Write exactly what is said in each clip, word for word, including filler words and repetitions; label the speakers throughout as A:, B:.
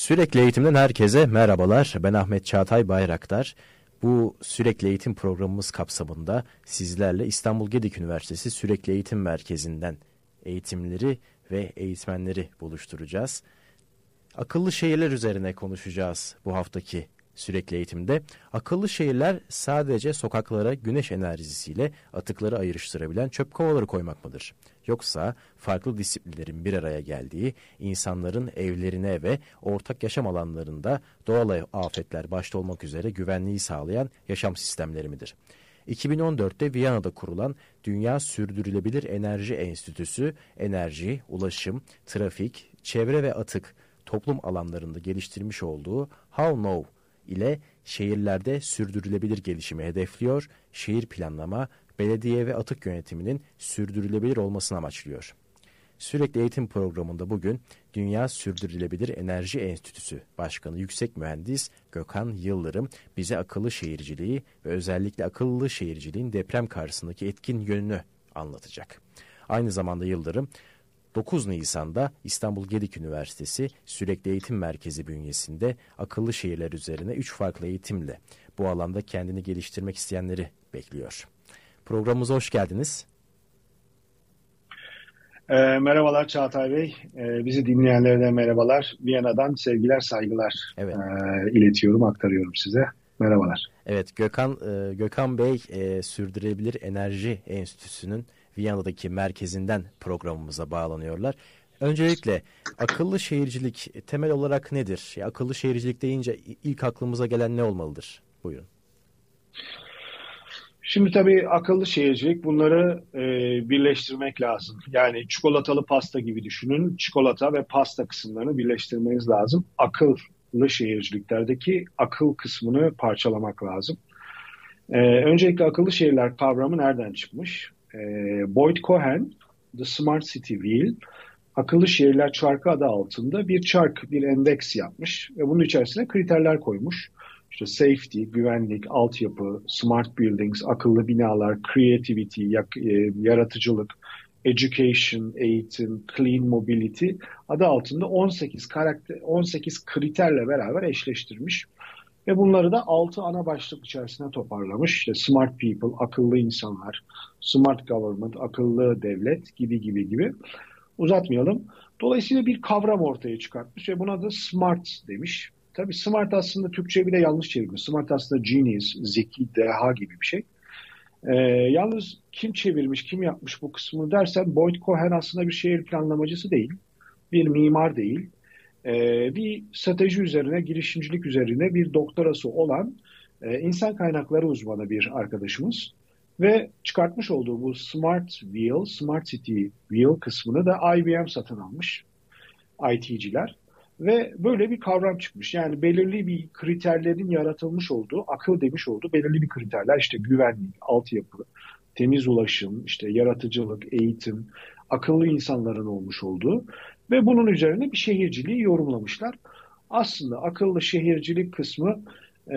A: Sürekli Eğitim'den herkese merhabalar. Ben Ahmet Çağatay Bayraktar. Bu Sürekli Eğitim programımız kapsamında sizlerle İstanbul Gedik Üniversitesi Sürekli Eğitim Merkezi'nden eğitimleri ve eğitmenleri buluşturacağız. Akıllı şehirler üzerine konuşacağız bu haftaki Sürekli Eğitim'de. Akıllı şehirler sadece sokaklara güneş enerjisiyle atıkları ayrıştırabilen çöp kovaları koymak mıdır? Yoksa farklı disiplinlerin bir araya geldiği, insanların evlerine ve ortak yaşam alanlarında doğal afetler başta olmak üzere güvenliği sağlayan yaşam sistemleri midir? iki bin on dörtte Viyana'da kurulan Dünya Sürdürülebilir Enerji Enstitüsü, enerji, ulaşım, trafik, çevre ve atık toplum alanlarında geliştirmiş olduğu How Now ile şehirlerde sürdürülebilir gelişimi hedefliyor, şehir planlama, belediye ve atık yönetiminin sürdürülebilir olmasını amaçlıyor. Sürekli Eğitim programında bugün Dünya Sürdürülebilir Enerji Enstitüsü Başkanı Yüksek Mühendis Gökhan Yıldırım bize akıllı şehirciliği ve özellikle akıllı şehirciliğin deprem karşısındaki etkin yönünü anlatacak. Aynı zamanda Yıldırım, dokuz Nisan'da İstanbul Gedik Üniversitesi Sürekli Eğitim Merkezi bünyesinde akıllı şehirler üzerine üç farklı eğitimle bu alanda kendini geliştirmek isteyenleri bekliyor. Programımıza hoş geldiniz.
B: E, merhabalar Çağatay Bey. E, bizi dinleyenlere de merhabalar. Viyana'dan sevgiler, saygılar
A: evet.
B: e, iletiyorum, aktarıyorum size. Merhabalar.
A: Evet, Gökhan e, Gökhan Bey e, Sürdürülebilir Enerji Enstitüsü'nün Viyana'daki merkezinden programımıza bağlanıyorlar. Öncelikle akıllı şehircilik temel olarak nedir? Ya, akıllı şehircilik deyince ilk aklımıza gelen ne olmalıdır? Buyurun.
B: Şimdi tabii akıllı şehircilik, bunları e, birleştirmek lazım. Yani çikolatalı pasta gibi düşünün. Çikolata ve pasta kısımlarını birleştirmeniz lazım. Akıllı şehirciliklerdeki akıl kısmını parçalamak lazım. E, öncelikle akıllı şehirler kavramı nereden çıkmış? E, Boyd Cohen, The Smart City Wheel, akıllı şehirler çarkı adı altında bir çark, bir endeks yapmış ve bunun içerisine kriterler koymuş. İşte safety, güvenlik, altyapı, smart buildings, akıllı binalar, creativity, yaratıcılık, education, eğitim, clean mobility adı altında on sekiz karakter, on sekiz kriterle beraber eşleştirmiş. Ve bunları da altı ana başlık içerisine toparlamış. İşte smart people, akıllı insanlar, smart government, akıllı devlet gibi gibi gibi. Uzatmayalım. Dolayısıyla bir kavram ortaya çıkartmış ve buna da smart demiş. Tabii smart aslında Türkçe'ye bile yanlış çevirmiş. Smart aslında genius, zeki, deha gibi bir şey. Ee, yalnız kim çevirmiş, kim yapmış bu kısmını dersen Boyd Cohen aslında bir şehir planlamacısı değil, bir mimar değil. Ee, bir strateji üzerine, girişimcilik üzerine bir doktorası olan e, insan kaynakları uzmanı bir arkadaşımız. Ve çıkartmış olduğu bu Smart Wheel, Smart City Wheel kısmını da I B M satın almış, I T'ciler. Ve böyle bir kavram çıkmış. Yani belirli bir kriterlerin yaratılmış olduğu, akıl demiş olduğu belirli bir kriterler. İşte güvenlik, altyapı, temiz ulaşım, işte yaratıcılık, eğitim, akıllı insanların olmuş olduğu ve bunun üzerine bir şehirciliği yorumlamışlar. Aslında akıllı şehircilik kısmı e,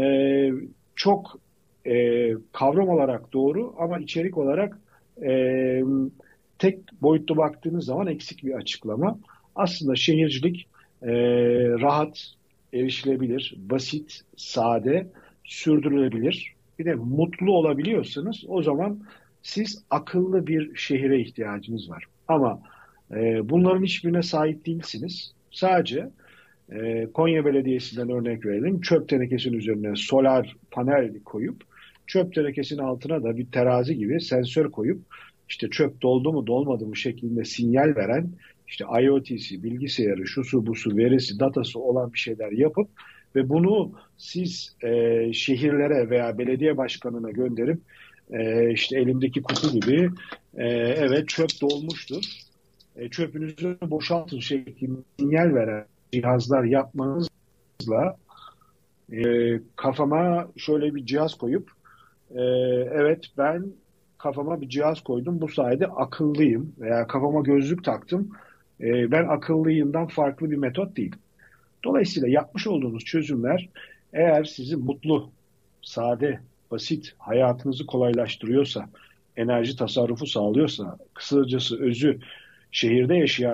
B: çok e, kavram olarak doğru ama içerik olarak e, tek boyutlu baktığınız zaman eksik bir açıklama. Aslında şehircilik e, rahat, erişilebilir, basit, sade, sürdürülebilir. Bir de mutlu olabiliyorsanız o zaman siz akıllı bir şehire ihtiyacınız var. Ama e, bunların hiçbirine sahip değilsiniz. Sadece e, Konya Belediyesi'nden örnek verelim. Çöp tenekesinin üzerine solar panel koyup çöp tenekesinin altına da bir terazi gibi sensör koyup işte çöp doldu mu dolmadı mı şeklinde sinyal veren işte IoT'si, bilgisayarı, şusu busu, verisi, datası olan bir şeyler yapıp ve bunu siz e, şehirlere veya belediye başkanına gönderip e, işte elimdeki kutu gibi e, evet çöp dolmuştur. E, çöpünüzü boşaltın şeklinde sinyal veren cihazlar yapmanızla e, kafama şöyle bir cihaz koyup e, evet ben kafama bir cihaz koydum bu sayede akıllıyım veya kafama gözlük taktım e, ben akıllıyımdan farklı bir metot değil. Dolayısıyla yapmış olduğunuz çözümler eğer sizi mutlu, sade, basit, hayatınızı kolaylaştırıyorsa, enerji tasarrufu sağlıyorsa, kısacası özü şehirde yaşayan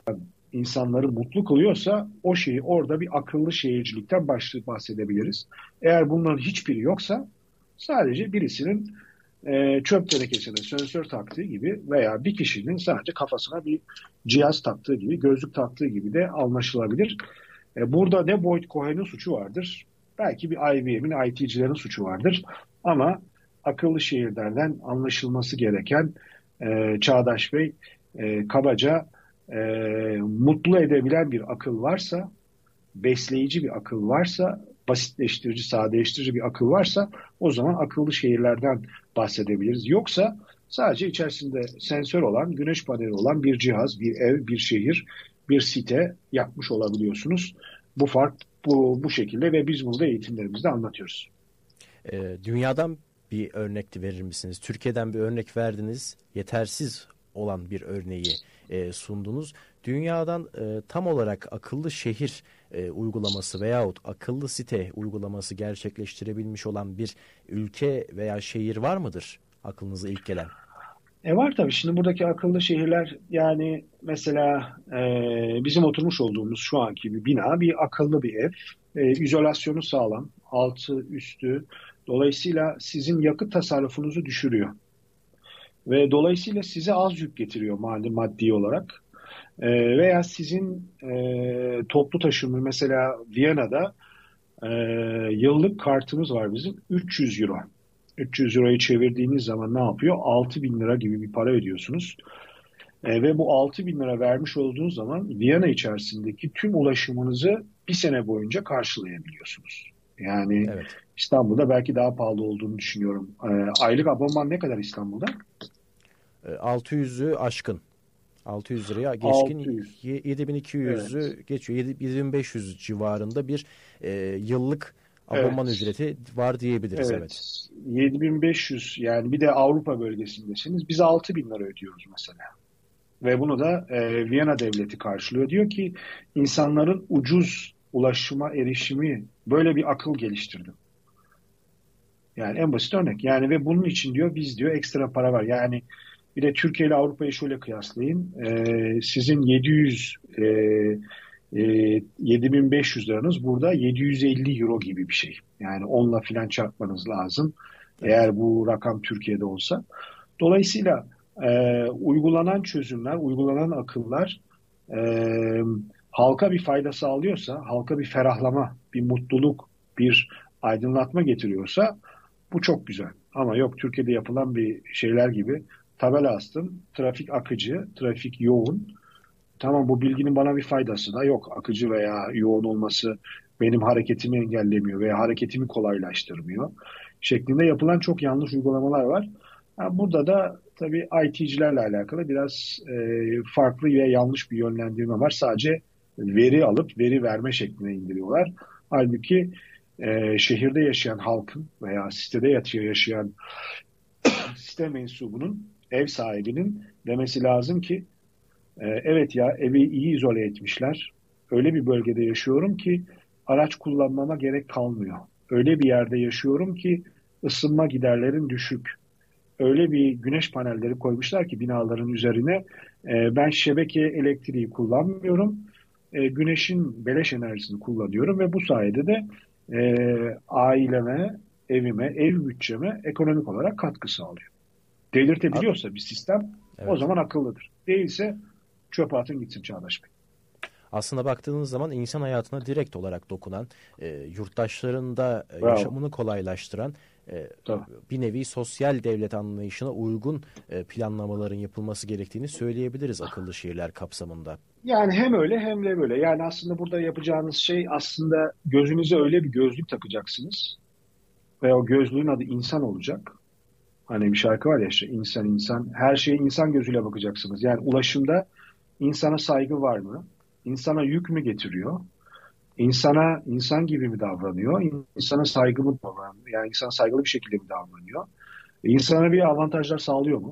B: insanları mutlu kılıyorsa o şeyi orada bir akıllı şehircilikten başlayıp bahsedebiliriz. Eğer bunların hiçbiri yoksa sadece birisinin e, çöp tenekesine sensör taktığı gibi veya bir kişinin sadece kafasına bir cihaz taktığı gibi, gözlük taktığı gibi de anlaşılabilir. E, burada ne Boyd Cohen'in suçu vardır, belki bir I B M'in I T'cilerin suçu vardır. Ama akıllı şehirlerden anlaşılması gereken e, Çağdaş Bey, e, kabaca e, mutlu edebilen bir akıl varsa, besleyici bir akıl varsa, basitleştirici, sadeleştirici bir akıl varsa o zaman akıllı şehirlerden bahsedebiliriz. Yoksa sadece içerisinde sensör olan, güneş paneli olan bir cihaz, bir ev, bir şehir, bir site yapmış olabiliyorsunuz. Bu fark bu, bu şekilde ve biz bunu da eğitimlerimizde anlatıyoruz.
A: E, dünyadan bir örnek verir misiniz? Türkiye'den bir örnek verdiniz. Yetersiz olan bir örneği e, sundunuz. Dünyadan e, tam olarak akıllı şehir e, uygulaması veyahut akıllı site uygulaması gerçekleştirebilmiş olan bir ülke veya şehir var mıdır aklınıza ilk gelen?
B: E var tabii. Şimdi buradaki akıllı şehirler, yani mesela e, bizim oturmuş olduğumuz şu anki bir bina bir akıllı bir ev. E, izolasyonu sağlam, altı üstü. Dolayısıyla sizin yakıt tasarrufunuzu düşürüyor. Ve dolayısıyla size az yük getiriyor maddi, maddi olarak. E, veya sizin e, toplu taşıma, mesela Viyana'da e, yıllık kartımız var bizim, üç yüz euro. üç yüz euroyu çevirdiğiniz zaman ne yapıyor? altı bin lira gibi bir para ödüyorsunuz. E, ve bu altı bin lira vermiş olduğunuz zaman Viyana içerisindeki tüm ulaşımınızı bir sene boyunca karşılayabiliyorsunuz. Yani
A: Evet.
B: İstanbul'da belki daha pahalı olduğunu düşünüyorum. E, aylık abonman ne kadar İstanbul'da?
A: E, altı yüzü aşkın. altı yüz liraya geçkin,
B: altı yüz.
A: yedi bin iki yüzü
B: Evet.
A: geçiyor. yedi bin beş yüz civarında bir e, yıllık abonman
B: Evet.
A: ücreti var diyebiliriz. Evet.
B: Evet. yedi bin beş yüz, yani bir de Avrupa bölgesindesiniz. Biz altı bin lira ödüyoruz mesela. Ve bunu da e, Viyana devleti karşılıyor. Diyor ki insanların ucuz ulaşıma erişimi, böyle bir akıl geliştirdim. Yani en basit örnek. Yani ve bunun için diyor biz diyor ekstra para var. Yani bir de Türkiye ile Avrupa'yı şöyle kıyaslayın. E, sizin yedi yüz e, e, yedi bin beş yüz liranız burada yedi yüz elli euro gibi bir şey. Yani onla filan çarpmanız lazım.
A: Evet.
B: Eğer bu rakam Türkiye'de olsa. Dolayısıyla e, uygulanan çözümler, uygulanan akıllar e, halka bir fayda sağlıyorsa, halka bir ferahlama, bir mutluluk, bir aydınlatma getiriyorsa bu çok güzel. Ama yok, Türkiye'de yapılan bir şeyler gibi tabela astım, trafik akıcı, trafik yoğun. Tamam, bu bilginin bana bir faydası da yok. Akıcı veya yoğun olması benim hareketimi engellemiyor veya hareketimi kolaylaştırmıyor şeklinde yapılan çok yanlış uygulamalar var. Ha, burada da tabii I T'cilerle alakalı biraz e, farklı ve yanlış bir yönlendirme var. Sadece veri alıp veri verme şekline indiriyorlar. Halbuki e, şehirde yaşayan halkın veya sitede yatıyor yaşayan site mensubunun, ev sahibinin demesi lazım ki e, evet ya, evi iyi izole etmişler. Öyle bir bölgede yaşıyorum ki araç kullanmama gerek kalmıyor. Öyle bir yerde yaşıyorum ki ısınma giderlerin düşük. Öyle bir güneş panelleri koymuşlar ki binaların üzerine e, ben şebeke elektriği kullanmıyorum. E, güneşin beleş enerjisini kullanıyorum ve bu sayede de e, aileme, evime, ev bütçeme ekonomik olarak katkı sağlıyor.
A: A-
B: Delirtebiliyorsa bir sistem o
A: Evet.
B: zaman akıllıdır. Değilse çöpe atın gitsin Çağdaş Bey.
A: Aslında baktığınız zaman insan hayatına direkt olarak dokunan, e, yurttaşların da e,
B: Bravo.
A: yaşamını kolaylaştıran, e,
B: Tamam.
A: bir nevi sosyal devlet anlayışına uygun e, planlamaların yapılması gerektiğini söyleyebiliriz akıllı şehirler kapsamında.
B: Yani hem öyle hem de böyle. Yani aslında burada yapacağınız şey, aslında gözünüze öyle bir gözlük takacaksınız ve o gözlüğün adı insan olacak. Hani bir şarkı var ya işte, insan insan. Her şeye insan gözüyle bakacaksınız. Yani ulaşımda insana saygı var mı? İnsana yük mü getiriyor? İnsana insan gibi mi davranıyor? İnsana saygı mı davranıyor? Yani insana saygılı bir şekilde mi davranıyor? İnsana bir avantajlar sağlıyor mu?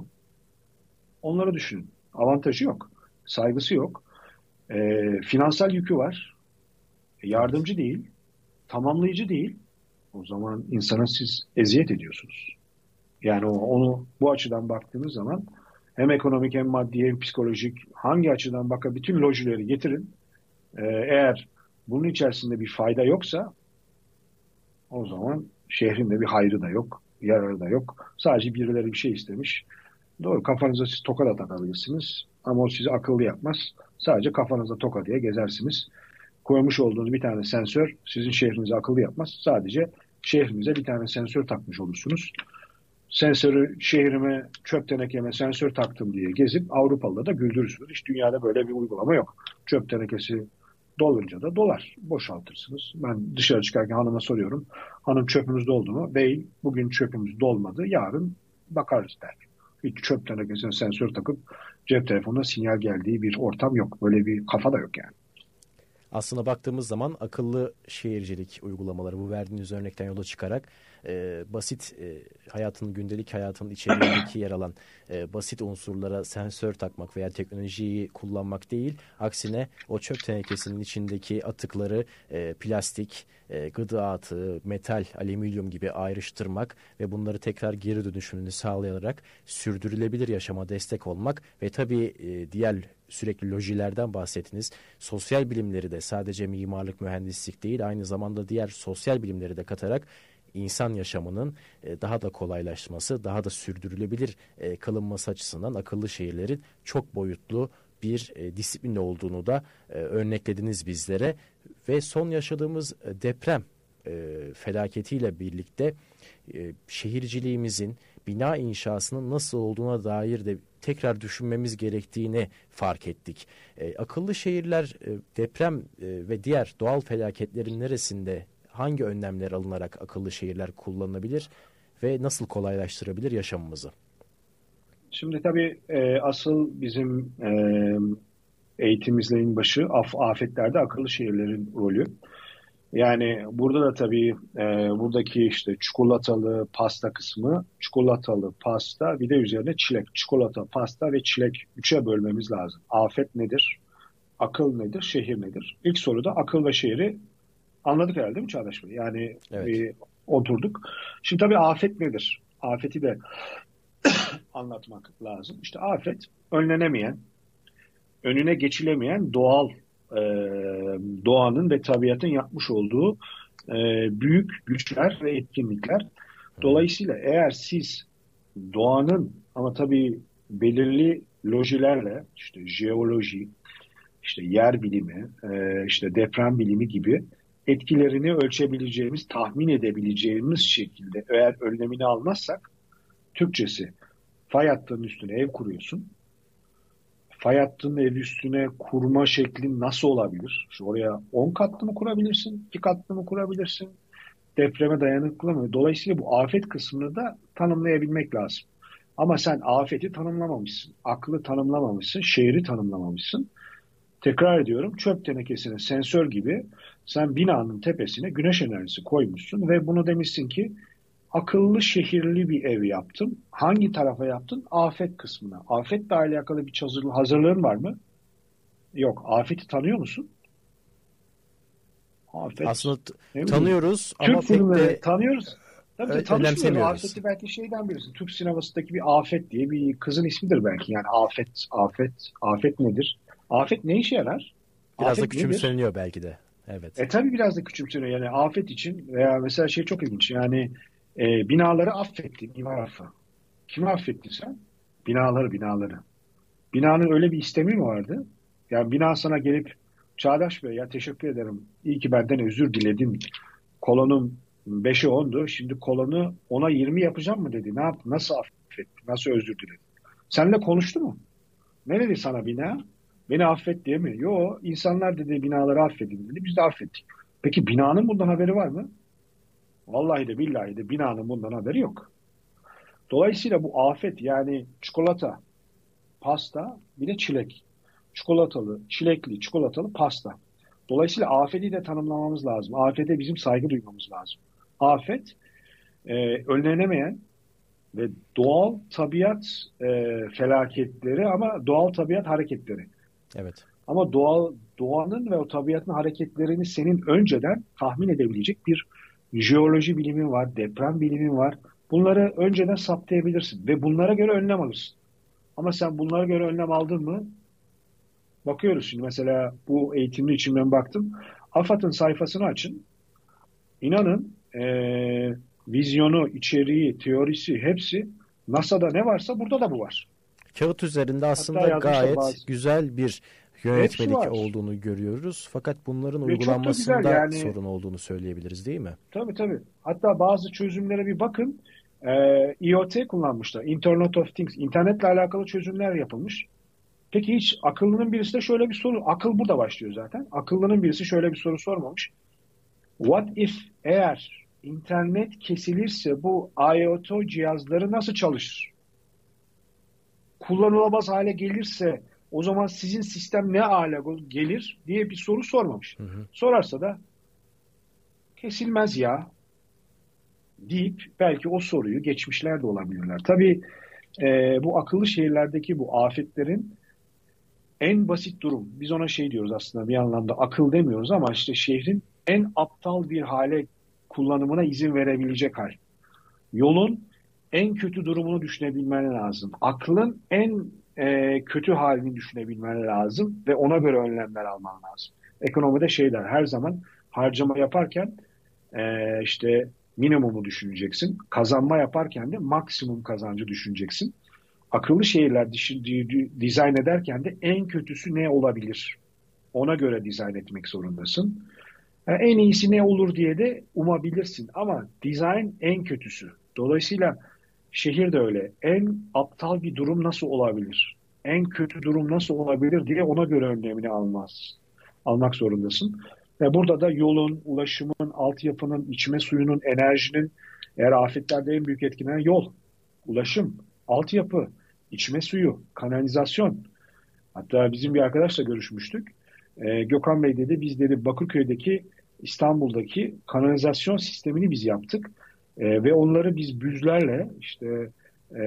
B: Onları düşünün. Avantajı yok. Saygısı yok. E, finansal yükü var. E,
A: Evet.
B: yardımcı değil. Tamamlayıcı değil. O zaman insana siz eziyet ediyorsunuz. Yani o, onu bu açıdan baktığınız zaman Hem ekonomik hem maddi hem psikolojik hangi açıdan bakın bütün lojileri getirin. Ee, eğer bunun içerisinde bir fayda yoksa o zaman şehrin de bir hayrı da yok, yararı da yok. Sadece birileri bir şey istemiş. Doğru, kafanıza siz toka da takabilirsiniz ama o sizi akıllı yapmaz. Sadece kafanıza toka diye gezersiniz. Koymuş olduğunuz bir tane sensör sizin şehrinizi akıllı yapmaz. Sadece şehrinize bir tane sensör takmış olursunuz. Sensörü şehrime, çöp tenekeme sensör taktım diye gezip Avrupalı'da da güldürürsünüz. Hiç dünyada böyle bir uygulama yok. Çöp tenekesi dolunca da dolar. Boşaltırsınız. Ben dışarı çıkarken hanıma soruyorum. Hanım çöpümüz doldu mu? Değil. Bugün çöpümüz dolmadı. Yarın bakarız der. Hiç çöp tenekesine sensör takıp cep telefonuna sinyal geldiği bir ortam yok. Böyle bir kafa da yok yani.
A: Aslında baktığımız zaman akıllı şehircilik uygulamaları, bu verdiğiniz örnekten yola çıkarak e, basit e, hayatın, gündelik hayatın içeriğindeki yer alan e, basit unsurlara sensör takmak veya teknolojiyi kullanmak değil, aksine o çöp tenekesinin içindeki atıkları e, plastik, e, gıda atığı, metal, alüminyum gibi ayrıştırmak ve bunları tekrar geri dönüşümünü sağlayarak sürdürülebilir yaşama destek olmak ve tabii e, diğer sürekli lojilerden bahsettiniz. Sosyal bilimleri de sadece mimarlık, mühendislik değil, aynı zamanda diğer sosyal bilimleri de katarak insan yaşamının daha da kolaylaşması, daha da sürdürülebilir kılınması açısından akıllı şehirlerin çok boyutlu bir disiplin olduğunu da örneklediniz bizlere. Ve son yaşadığımız deprem felaketiyle birlikte şehirciliğimizin, bina inşasının nasıl olduğuna dair de tekrar düşünmemiz gerektiğini fark ettik. E, akıllı şehirler e, deprem e, ve diğer doğal felaketlerin neresinde, hangi önlemler alınarak akıllı şehirler kullanılabilir ve nasıl kolaylaştırabilir yaşamımızı?
B: Şimdi tabii e, asıl bizim e, eğitimimizin başı af, afetlerde akıllı şehirlerin rolü. Yani burada da tabii e, buradaki işte çikolatalı pasta kısmı, çikolatalı pasta bir de üzerine çilek, çikolata, pasta ve çilek üçe bölmemiz lazım. Afet nedir? Akıl nedir? Şehir nedir? İlk soruda akıl ve şehri anladık herhalde değil mi Çağdaş Bey? Yani
A: Evet.
B: e, oturduk. Şimdi tabii afet nedir? Afeti de anlatmak lazım. İşte afet önlenemeyen, önüne geçilemeyen doğal e, doğanın ve tabiatın yapmış olduğu e, büyük güçler ve etkinlikler. Dolayısıyla eğer siz doğanın ama tabii belirli lojilerle işte jeoloji, işte yer bilimi, e, işte deprem bilimi gibi etkilerini ölçebileceğimiz, tahmin edebileceğimiz şekilde eğer önlemini almazsak, Türkçesi fay hattının üstüne ev kuruyorsun. Fay hattının ev üstüne kurma şeklin nasıl olabilir? Şu oraya on katlı mı kurabilirsin? iki katlı mı kurabilirsin? Depreme dayanıklı mı? Dolayısıyla bu afet kısmını da tanımlayabilmek lazım. Ama sen afeti tanımlamamışsın. Aklı tanımlamamışsın. Şehri tanımlamamışsın. Tekrar ediyorum, çöp tenekesine sensör gibi sen binanın tepesine güneş enerjisi koymuşsun ve bunu demişsin ki akıllı şehirli bir ev yaptım. Hangi tarafa yaptın? Afet kısmına. Afetle alakalı bir hazırlığın var mı? Yok. Afeti tanıyor musun?
A: Afet. Aslında tanıyoruz
B: Türk
A: ama pek de
B: tanıyoruz. Tabii
A: evet,
B: tanışmıyoruz. Afeti belki şeyden bilirsin. Türk sinemasındaki bir Afet diye bir kızın ismidir belki. Yani Afet, Afet, Afet nedir? Afet ne işe yarar?
A: Biraz
B: afet
A: da küçümseniyor belki de. Evet.
B: E tabii biraz da küçümseniyor. Yani afet için veya mesela şey çok ilginç. Yani e, binaları affetti. Mimar affı. Kimi affettin sen? Binaları, binaları. Binanın öyle bir istemi mi vardı? Yani bina sana gelip Çağdaş Bey ya teşekkür ederim. İyi ki benden özür diledin. Kolonum beşe ondu. Şimdi kolonu ona yirmi yapacağım mı dedi. Ne yaptı? Nasıl affetti? Nasıl özür diledi? Seninle konuştu mu? Ne dedi sana bina? Beni affet diye mi? Yo, insanlar dedi binaları affedin dedi. Biz de affettik. Peki binanın bundan haberi var mı? Vallahi de billahi de binanın bundan haberi yok. Dolayısıyla bu afet yani çikolata, pasta bir de çilek. Çikolatalı, çilekli, çikolatalı pasta. Dolayısıyla afeti de tanımlamamız lazım. Afete bizim saygı duymamız lazım. Afet e, önlenemeyen ve doğal tabiat e, felaketleri ama doğal tabiat hareketleri.
A: Evet.
B: Ama doğal doğanın ve o tabiatın hareketlerini senin önceden tahmin edebilecek bir jeoloji bilimin var, deprem bilimin var. Bunları önceden saptayabilirsin ve bunlara göre önlem alırsın. Ama sen bunlara göre önlem aldın mı? Bakıyoruz şimdi mesela bu eğitimli için ben baktım. AFAD'ın sayfasını açın. İnanın ee, vizyonu, içeriği, teorisi hepsi NASA'da ne varsa burada da bu var.
A: Kağıt üzerinde
B: Hatta
A: aslında
B: yazmışlar
A: gayet
B: bazı.
A: güzel bir
B: Hepsi
A: yönetmelik
B: var.
A: olduğunu görüyoruz. Fakat bunların
B: Ve çok da güzel
A: uygulanmasında
B: yani.
A: sorun olduğunu söyleyebiliriz, değil mi?
B: Tabii tabii. Hatta bazı çözümlere bir bakın. Ee, IoT kullanmışlar. Internet of Things. İnternetle alakalı çözümler yapılmış. Peki hiç akıllının birisi de şöyle bir soru. Akıl burada başlıyor zaten. Akıllının birisi şöyle bir soru sormamış. What if eğer internet kesilirse bu IoT cihazları nasıl çalışır? Kullanılamaz hale gelirse o zaman sizin sistem ne hale gelir diye bir soru sormamış.
A: Hı hı.
B: Sorarsa da kesilmez ya deyip belki o soruyu geçmişler de olabilirler. Tabii e, bu akıllı şehirlerdeki bu afetlerin en basit durum. Biz ona şey diyoruz aslında bir anlamda akıl demiyoruz ama işte şehrin en aptal bir hale kullanımına izin verebilecek hal. Yolun en kötü durumunu düşünebilmen lazım. Aklın en e, kötü halini düşünebilmen lazım ve ona göre önlemler alman lazım. Ekonomide şeyler her zaman harcama yaparken e, işte minimumu düşüneceksin. Kazanma yaparken de maksimum kazancı düşüneceksin. Akıllı şehirler dizayn ederken de en kötüsü ne olabilir? Ona göre dizayn etmek zorundasın. Yani en iyisi ne olur diye de umabilirsin ama dizayn en kötüsü. Dolayısıyla şehir de öyle. En aptal bir durum nasıl olabilir? En kötü durum nasıl olabilir diye ona göre önlemini almaz. Almak zorundasın. Ve burada da yolun, ulaşımın, altyapının, içme suyunun, enerjinin eğer afetlerde en büyük etkilenen yol, ulaşım, altyapı, içme suyu, kanalizasyon. Hatta bizim bir arkadaşla görüşmüştük. Ee, Gökhan Bey dedi biz dedi Bakırköy'deki İstanbul'daki kanalizasyon sistemini biz yaptık. Ee, ve onları biz büzlerle işte e,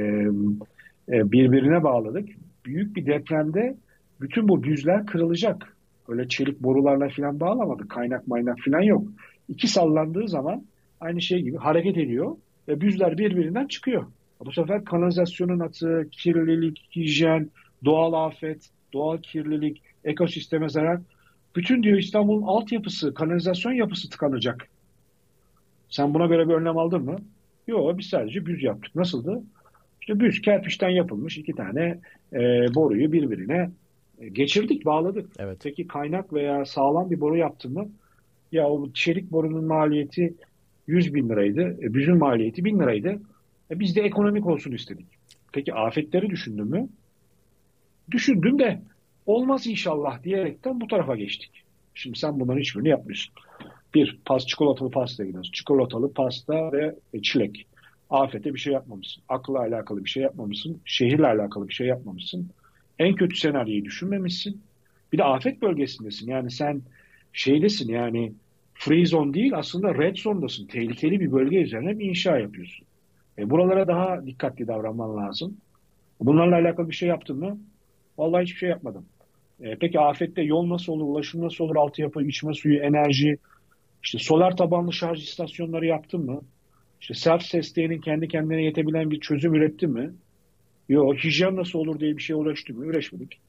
B: e, birbirine bağladık. Büyük bir depremde bütün bu büzler kırılacak. Öyle çelik borularla falan bağlamadık. Kaynak maynak falan yok. İki sallandığı zaman aynı şey gibi hareket ediyor ve büzler birbirinden çıkıyor. Bu sefer kanalizasyonun atığı, kirlilik, hijyen, doğal afet, doğal kirlilik, ekosisteme zarar. Bütün diyor İstanbul'un altyapısı, kanalizasyon yapısı tıkanacak. Sen buna göre bir önlem aldın mı? Yok, biz sadece büz yaptık. Nasıldı? İşte büz kerpiçten yapılmış iki tane e, boruyu birbirine e, geçirdik, bağladık.
A: Evet.
B: Peki kaynak veya sağlam bir boru yaptın mı? Ya o çelik borunun maliyeti yüz bin liraydı. E, büzün maliyeti bin liraydı. E, biz de ekonomik olsun istedik. Peki afetleri düşündün mü? Düşündüm de olmaz inşallah diyerekten bu tarafa geçtik. Şimdi sen bunların hiçbirini yapmıyorsun. Bir, pas, çikolatalı pasta gidiyorsun. Çikolatalı pasta ve çilek. Afete bir şey yapmamışsın. Akla alakalı bir şey yapmamışsın. Şehirle alakalı bir şey yapmamışsın. En kötü senaryoyu düşünmemişsin. Bir de afet bölgesindesin. Yani sen şeydesin yani free zone değil aslında red zone'dasın. Tehlikeli bir bölge üzerine bir inşa yapıyorsun. E, buralara daha dikkatli davranman lazım. Bunlarla alakalı bir şey yaptın mı? Vallahi hiçbir şey yapmadım. E, peki afette yol nasıl olur, ulaşım nasıl olur, altyapı, içme suyu, enerji, işte solar tabanlı şarj istasyonları yaptın mı? İşte self-sustain'in kendi kendine yetebilen bir çözüm ürettin mi? Yok, hijyen nasıl olur diye bir şey uğraştı mı? Uğraşmadık.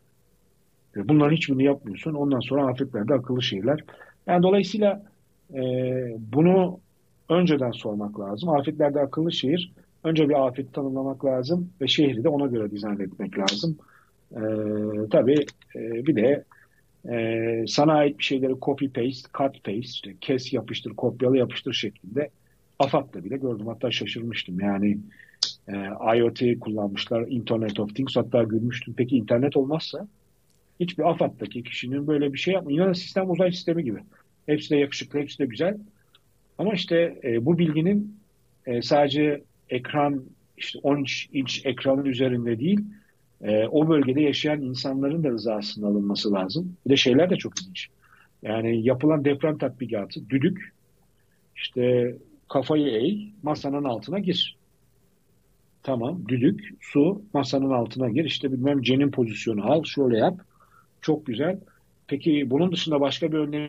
B: E, bunların hiçbirini yapmıyorsun. Ondan sonra afetlerde akıllı şehirler. Yani dolayısıyla e, bunu önceden sormak lazım. Afetlerde akıllı şehir, önce bir afeti tanımlamak lazım ve şehri de ona göre dizayn etmek lazım. Ee, tabii e, bir de e, sana ait bir şeyleri copy paste, cut paste, işte kes yapıştır, kopyala yapıştır şeklinde AFAD'da bile gördüm. Hatta şaşırmıştım. Yani e, IoT kullanmışlar, Internet of Things, hatta gülmüştüm. Peki internet olmazsa hiçbir AFAD'daki kişinin böyle bir şey yapmıyor. İnanın sistem uzay sistemi gibi. Hepsi de yakışıklı, hepsi de güzel. Ama işte e, bu bilginin e, sadece ekran, işte on üç inç ekranın üzerinde değil, e, o bölgede yaşayan insanların da rızasının alınması lazım. Bir de şeyler de çok ilginç. Yani yapılan deprem tatbikatı, düdük, işte kafayı eğ, masanın altına gir. Tamam, düdük, su, masanın altına gir. İşte bilmem cenin pozisyonu al, şöyle yap. Çok güzel. Peki bunun dışında başka bir örneği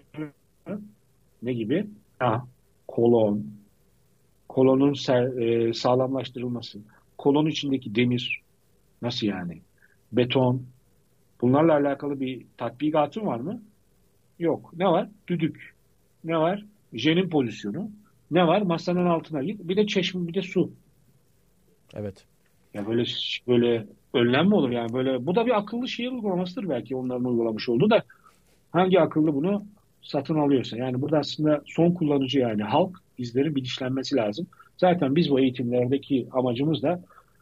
B: ne gibi? Ha, kolon, kolonun e, sağlamlaştırılması, kolon içindeki demir, Nasıl yani? Beton. Bunlarla alakalı bir tatbikatın var mı? Yok. Ne var? Düdük. Ne var? Jenin pozisyonu. Ne var? Masanın altına git. Bir de çeşme, bir de su.
A: Evet.
B: Ya böyle böyle önlem mi olur yani? Böyle bu da bir akıllı şehir uygulamasıdır belki onların uygulamış olduğu da hangi akıllı bunu satın alıyorsa. Yani burada aslında son kullanıcı yani halk bizlerin bilinçlenmesi lazım. Zaten biz bu eğitimlerdeki amacımız da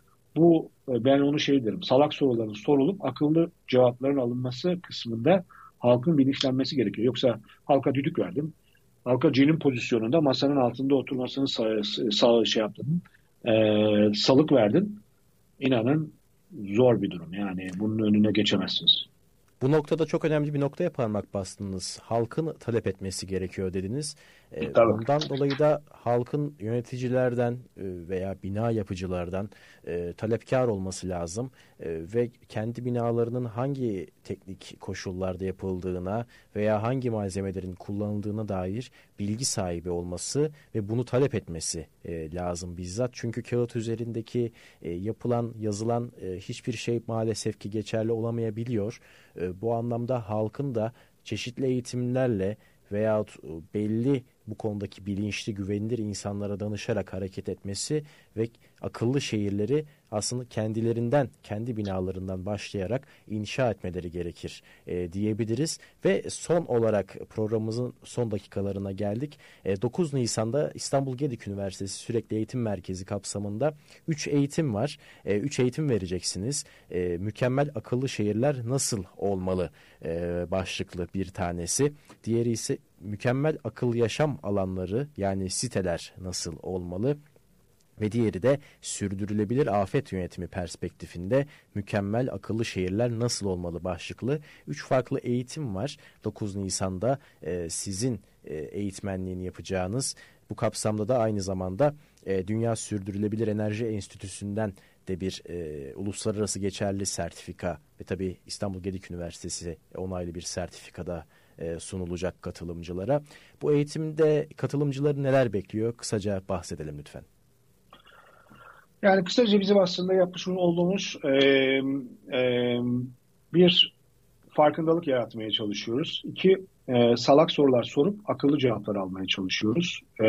B: bu ben onu şey derim salak soruların sorulup akıllı cevapların alınması kısmında halkın bilinçlenmesi gerekiyor. Yoksa halka düdük verdim. Halka cenin pozisyonunda masanın altında oturmasını sağ, sağ şey yaptın. E, salık verdin. İnanın zor bir durum. Yani bunun önüne geçemezsiniz.
A: Bu noktada çok önemli bir noktaya parmak bastınız. Halkın talep etmesi gerekiyor dediniz. E,
B: Tabii.
A: bundan dolayı da halkın yöneticilerden e, veya bina yapıcılardan e, talepkar olması lazım. E, ve kendi binalarının hangi teknik koşullarda yapıldığına veya hangi malzemelerin kullanıldığına dair bilgi sahibi olması ve bunu talep etmesi e, lazım bizzat. Çünkü kağıt üzerindeki e, yapılan, yazılan e, hiçbir şey maalesef ki geçerli olamayabiliyor. E, bu anlamda halkın da çeşitli eğitimlerle veyahut belli bu konudaki bilinçli, güvenilir insanlara danışarak hareket etmesi ve akıllı şehirleri aslında kendilerinden, kendi binalarından başlayarak inşa etmeleri gerekir e, diyebiliriz. Ve son olarak programımızın son dakikalarına geldik. E, dokuz Nisan'da İstanbul Gedik Üniversitesi Sürekli Eğitim Merkezi kapsamında üç eğitim var. üç e, eğitim vereceksiniz. E, mükemmel akıllı şehirler nasıl olmalı e, başlıklı bir tanesi. Diğeri ise mükemmel akıllı yaşam alanları yani siteler nasıl olmalı? Ve diğeri de sürdürülebilir afet yönetimi perspektifinde mükemmel akıllı şehirler nasıl olmalı başlıklı. Üç farklı eğitim var. dokuz Nisan'da e, sizin e, eğitmenliğini yapacağınız. Bu kapsamda da aynı zamanda e, Dünya Sürdürülebilir Enerji Enstitüsü'nden de bir e, uluslararası geçerli sertifika ve tabii İstanbul Gedik Üniversitesi onaylı bir sertifikada e, sunulacak katılımcılara. Bu eğitimde katılımcıları neler bekliyor? Kısaca bahsedelim lütfen.
B: Yani kısaca bizim aslında yapmış olduğumuz e, e, bir farkındalık yaratmaya çalışıyoruz. İki, e, salak sorular sorup akıllı cevaplar almaya çalışıyoruz. E,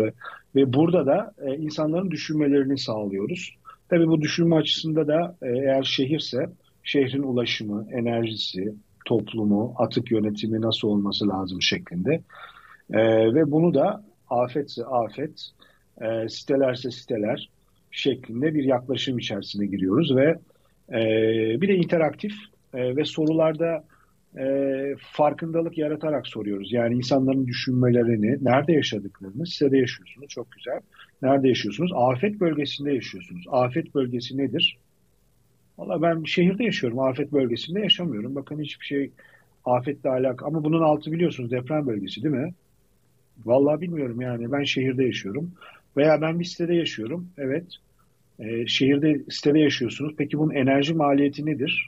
B: ve burada da e, insanların düşünmelerini sağlıyoruz. Tabii bu düşünme açısında da e, eğer şehirse şehrin ulaşımı, enerjisi, toplumu, atık yönetimi nasıl olması lazım şeklinde. E, ve bunu da afetse afet, e, sitelerse siteler şeklinde bir yaklaşım içerisine giriyoruz ve e, bir de interaktif e, ve sorularda e, farkındalık yaratarak soruyoruz. Yani insanların düşünmelerini, nerede yaşadıklarını, sitede yaşıyorsunuz, çok güzel. Nerede yaşıyorsunuz? Afet bölgesinde yaşıyorsunuz. Afet bölgesi nedir? Valla ben şehirde yaşıyorum, afet bölgesinde yaşamıyorum. Bakın hiçbir şey afetle alakalı. Ama bunun altı biliyorsunuz deprem bölgesi değil mi? Vallahi bilmiyorum yani ben şehirde yaşıyorum. Veya ben bir sitede yaşıyorum. Evet. Ee, şehirde sitede yaşıyorsunuz. Peki bunun enerji maliyeti nedir?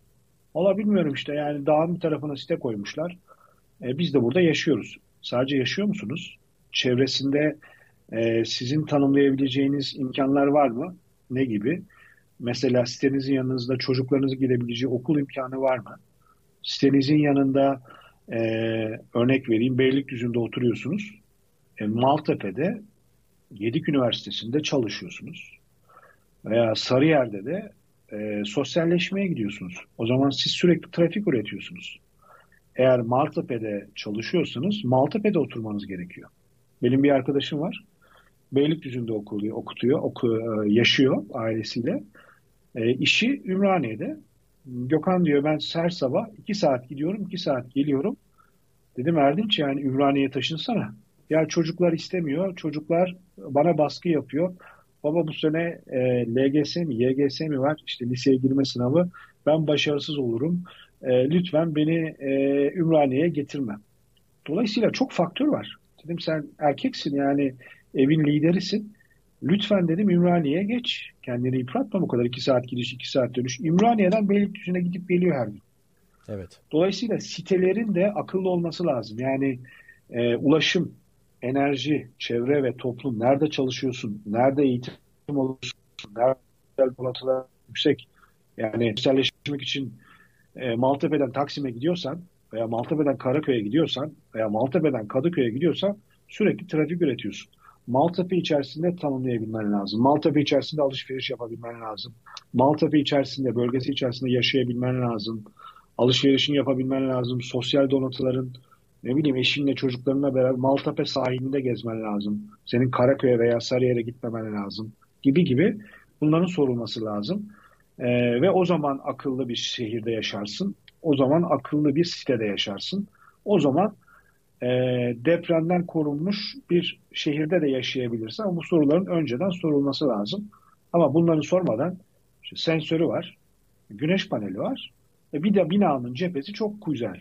B: Valla bilmiyorum işte yani dağın bir tarafına site koymuşlar. Ee, biz de burada yaşıyoruz. Sadece yaşıyor musunuz? Çevresinde e, sizin tanımlayabileceğiniz imkanlar var mı? Ne gibi? Mesela sitenizin yanınızda çocuklarınızın gidebileceği okul imkanı var mı? Sitenizin yanında e, örnek vereyim Beylikdüzü'nde oturuyorsunuz. E, Maltepe'de Gedik Üniversitesi'nde çalışıyorsunuz. Veya Sarıyer'de de e, sosyalleşmeye gidiyorsunuz. O zaman siz sürekli trafik üretiyorsunuz. Eğer Maltepe'de çalışıyorsanız Maltepe'de oturmanız gerekiyor. Benim bir arkadaşım var. Beylikdüzü'nde okuluyor, okutuyor, oku, e, yaşıyor ailesiyle. E, işi Ümraniye'de. Gökhan diyor ben her sabah iki saat gidiyorum, iki saat geliyorum. Dedim Erdinç yani Ümraniye'ye taşınsana. Ya çocuklar istemiyor. Çocuklar bana baskı yapıyor. Baba bu sene e, L G S mi, Y G S mi var? İşte liseye girme sınavı. Ben başarısız olurum. E, lütfen beni e, Ümraniye'ye getirme. Dolayısıyla çok faktör var. Dedim sen erkeksin yani evin liderisin. Lütfen dedim Ümraniye'ye geç. Kendini yıpratma bu kadar. iki saat gidiş, iki saat dönüş. Ümraniye'den Beylikdüzü'ne gidip geliyor her gün.
A: Evet.
B: Dolayısıyla sitelerin de akıllı olması lazım. Yani e, ulaşım, enerji, çevre ve toplum nerede çalışıyorsun, nerede eğitim alıyorsun, nerede donatılar yüksek Yani sosyalleşmek için e, Maltepe'den Taksim'e gidiyorsan veya Maltepe'den Karaköy'e gidiyorsan veya Maltepe'den Kadıköy'e gidiyorsan sürekli trafik üretiyorsun. Maltepe içerisinde tanımlayabilmen lazım. Maltepe içerisinde alışveriş yapabilmen lazım. Maltepe içerisinde, bölgesi içerisinde yaşayabilmen lazım. Alışverişini yapabilmen lazım. Sosyal donatıların, ne bileyim, eşinle çocuklarına beraber Maltepe sahilinde gezmen lazım. Senin Karaköy'e veya Sarıyer'e gitmemen lazım. Gibi gibi bunların sorulması lazım. Ee, ve o zaman akıllı bir şehirde yaşarsın. O zaman akıllı bir sitede yaşarsın. O zaman e, depremden korunmuş bir şehirde de yaşayabilirsin. Ama bu soruların önceden sorulması lazım. Ama bunları sormadan işte sensörü var, güneş paneli var. E bir de binanın cephesi çok güzel.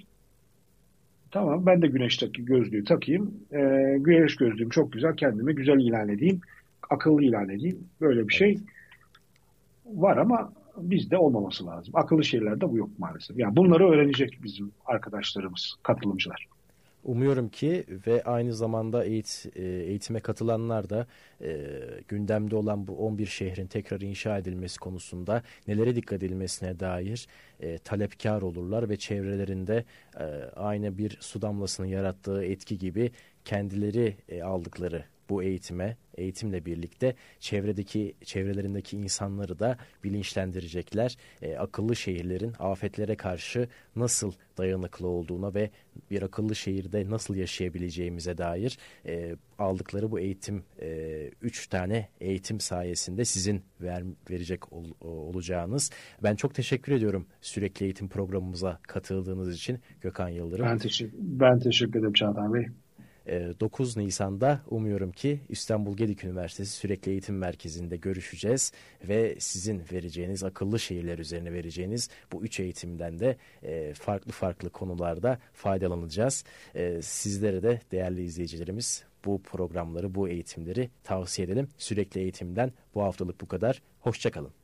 B: Tamam, ben de güneşteki gözlüğü takayım. E, güneş gözlüğüm çok güzel. Kendimi güzel ilan edeyim. Akıllı ilan edeyim. Böyle bir şey
A: Evet.
B: var ama bizde olmaması lazım. Akıllı şehirlerde bu yok maalesef. Yani bunları öğrenecek bizim arkadaşlarımız, katılımcılar.
A: Umuyorum ki ve aynı zamanda eğit, e, eğitime katılanlar da e, gündemde olan bu on bir şehrin tekrar inşa edilmesi konusunda nelere dikkat edilmesine dair e, talepkar olurlar ve çevrelerinde e, aynı bir su damlasının yarattığı etki gibi kendileri e, aldıkları bu eğitime, eğitimle birlikte çevredeki çevrelerindeki insanları da bilinçlendirecekler. E, akıllı şehirlerin afetlere karşı nasıl dayanıklı olduğuna ve bir akıllı şehirde nasıl yaşayabileceğimize dair e, aldıkları bu eğitim, e, üç tane eğitim sayesinde sizin ver, verecek ol, olacağınız. Ben çok teşekkür ediyorum sürekli eğitim programımıza katıldığınız için Gökhan Yıldırım.
B: Ben teşekkür, ben teşekkür ederim Çağatay Bey.
A: dokuz Nisan'da umuyorum ki İstanbul Gedik Üniversitesi Sürekli Eğitim Merkezi'nde görüşeceğiz ve sizin vereceğiniz, akıllı şehirler üzerine vereceğiniz bu üç eğitimden de farklı farklı konularda faydalanacağız. Sizlere de değerli izleyicilerimiz bu programları, bu eğitimleri tavsiye edelim. Sürekli Eğitim'den bu haftalık bu kadar. Hoşça kalın.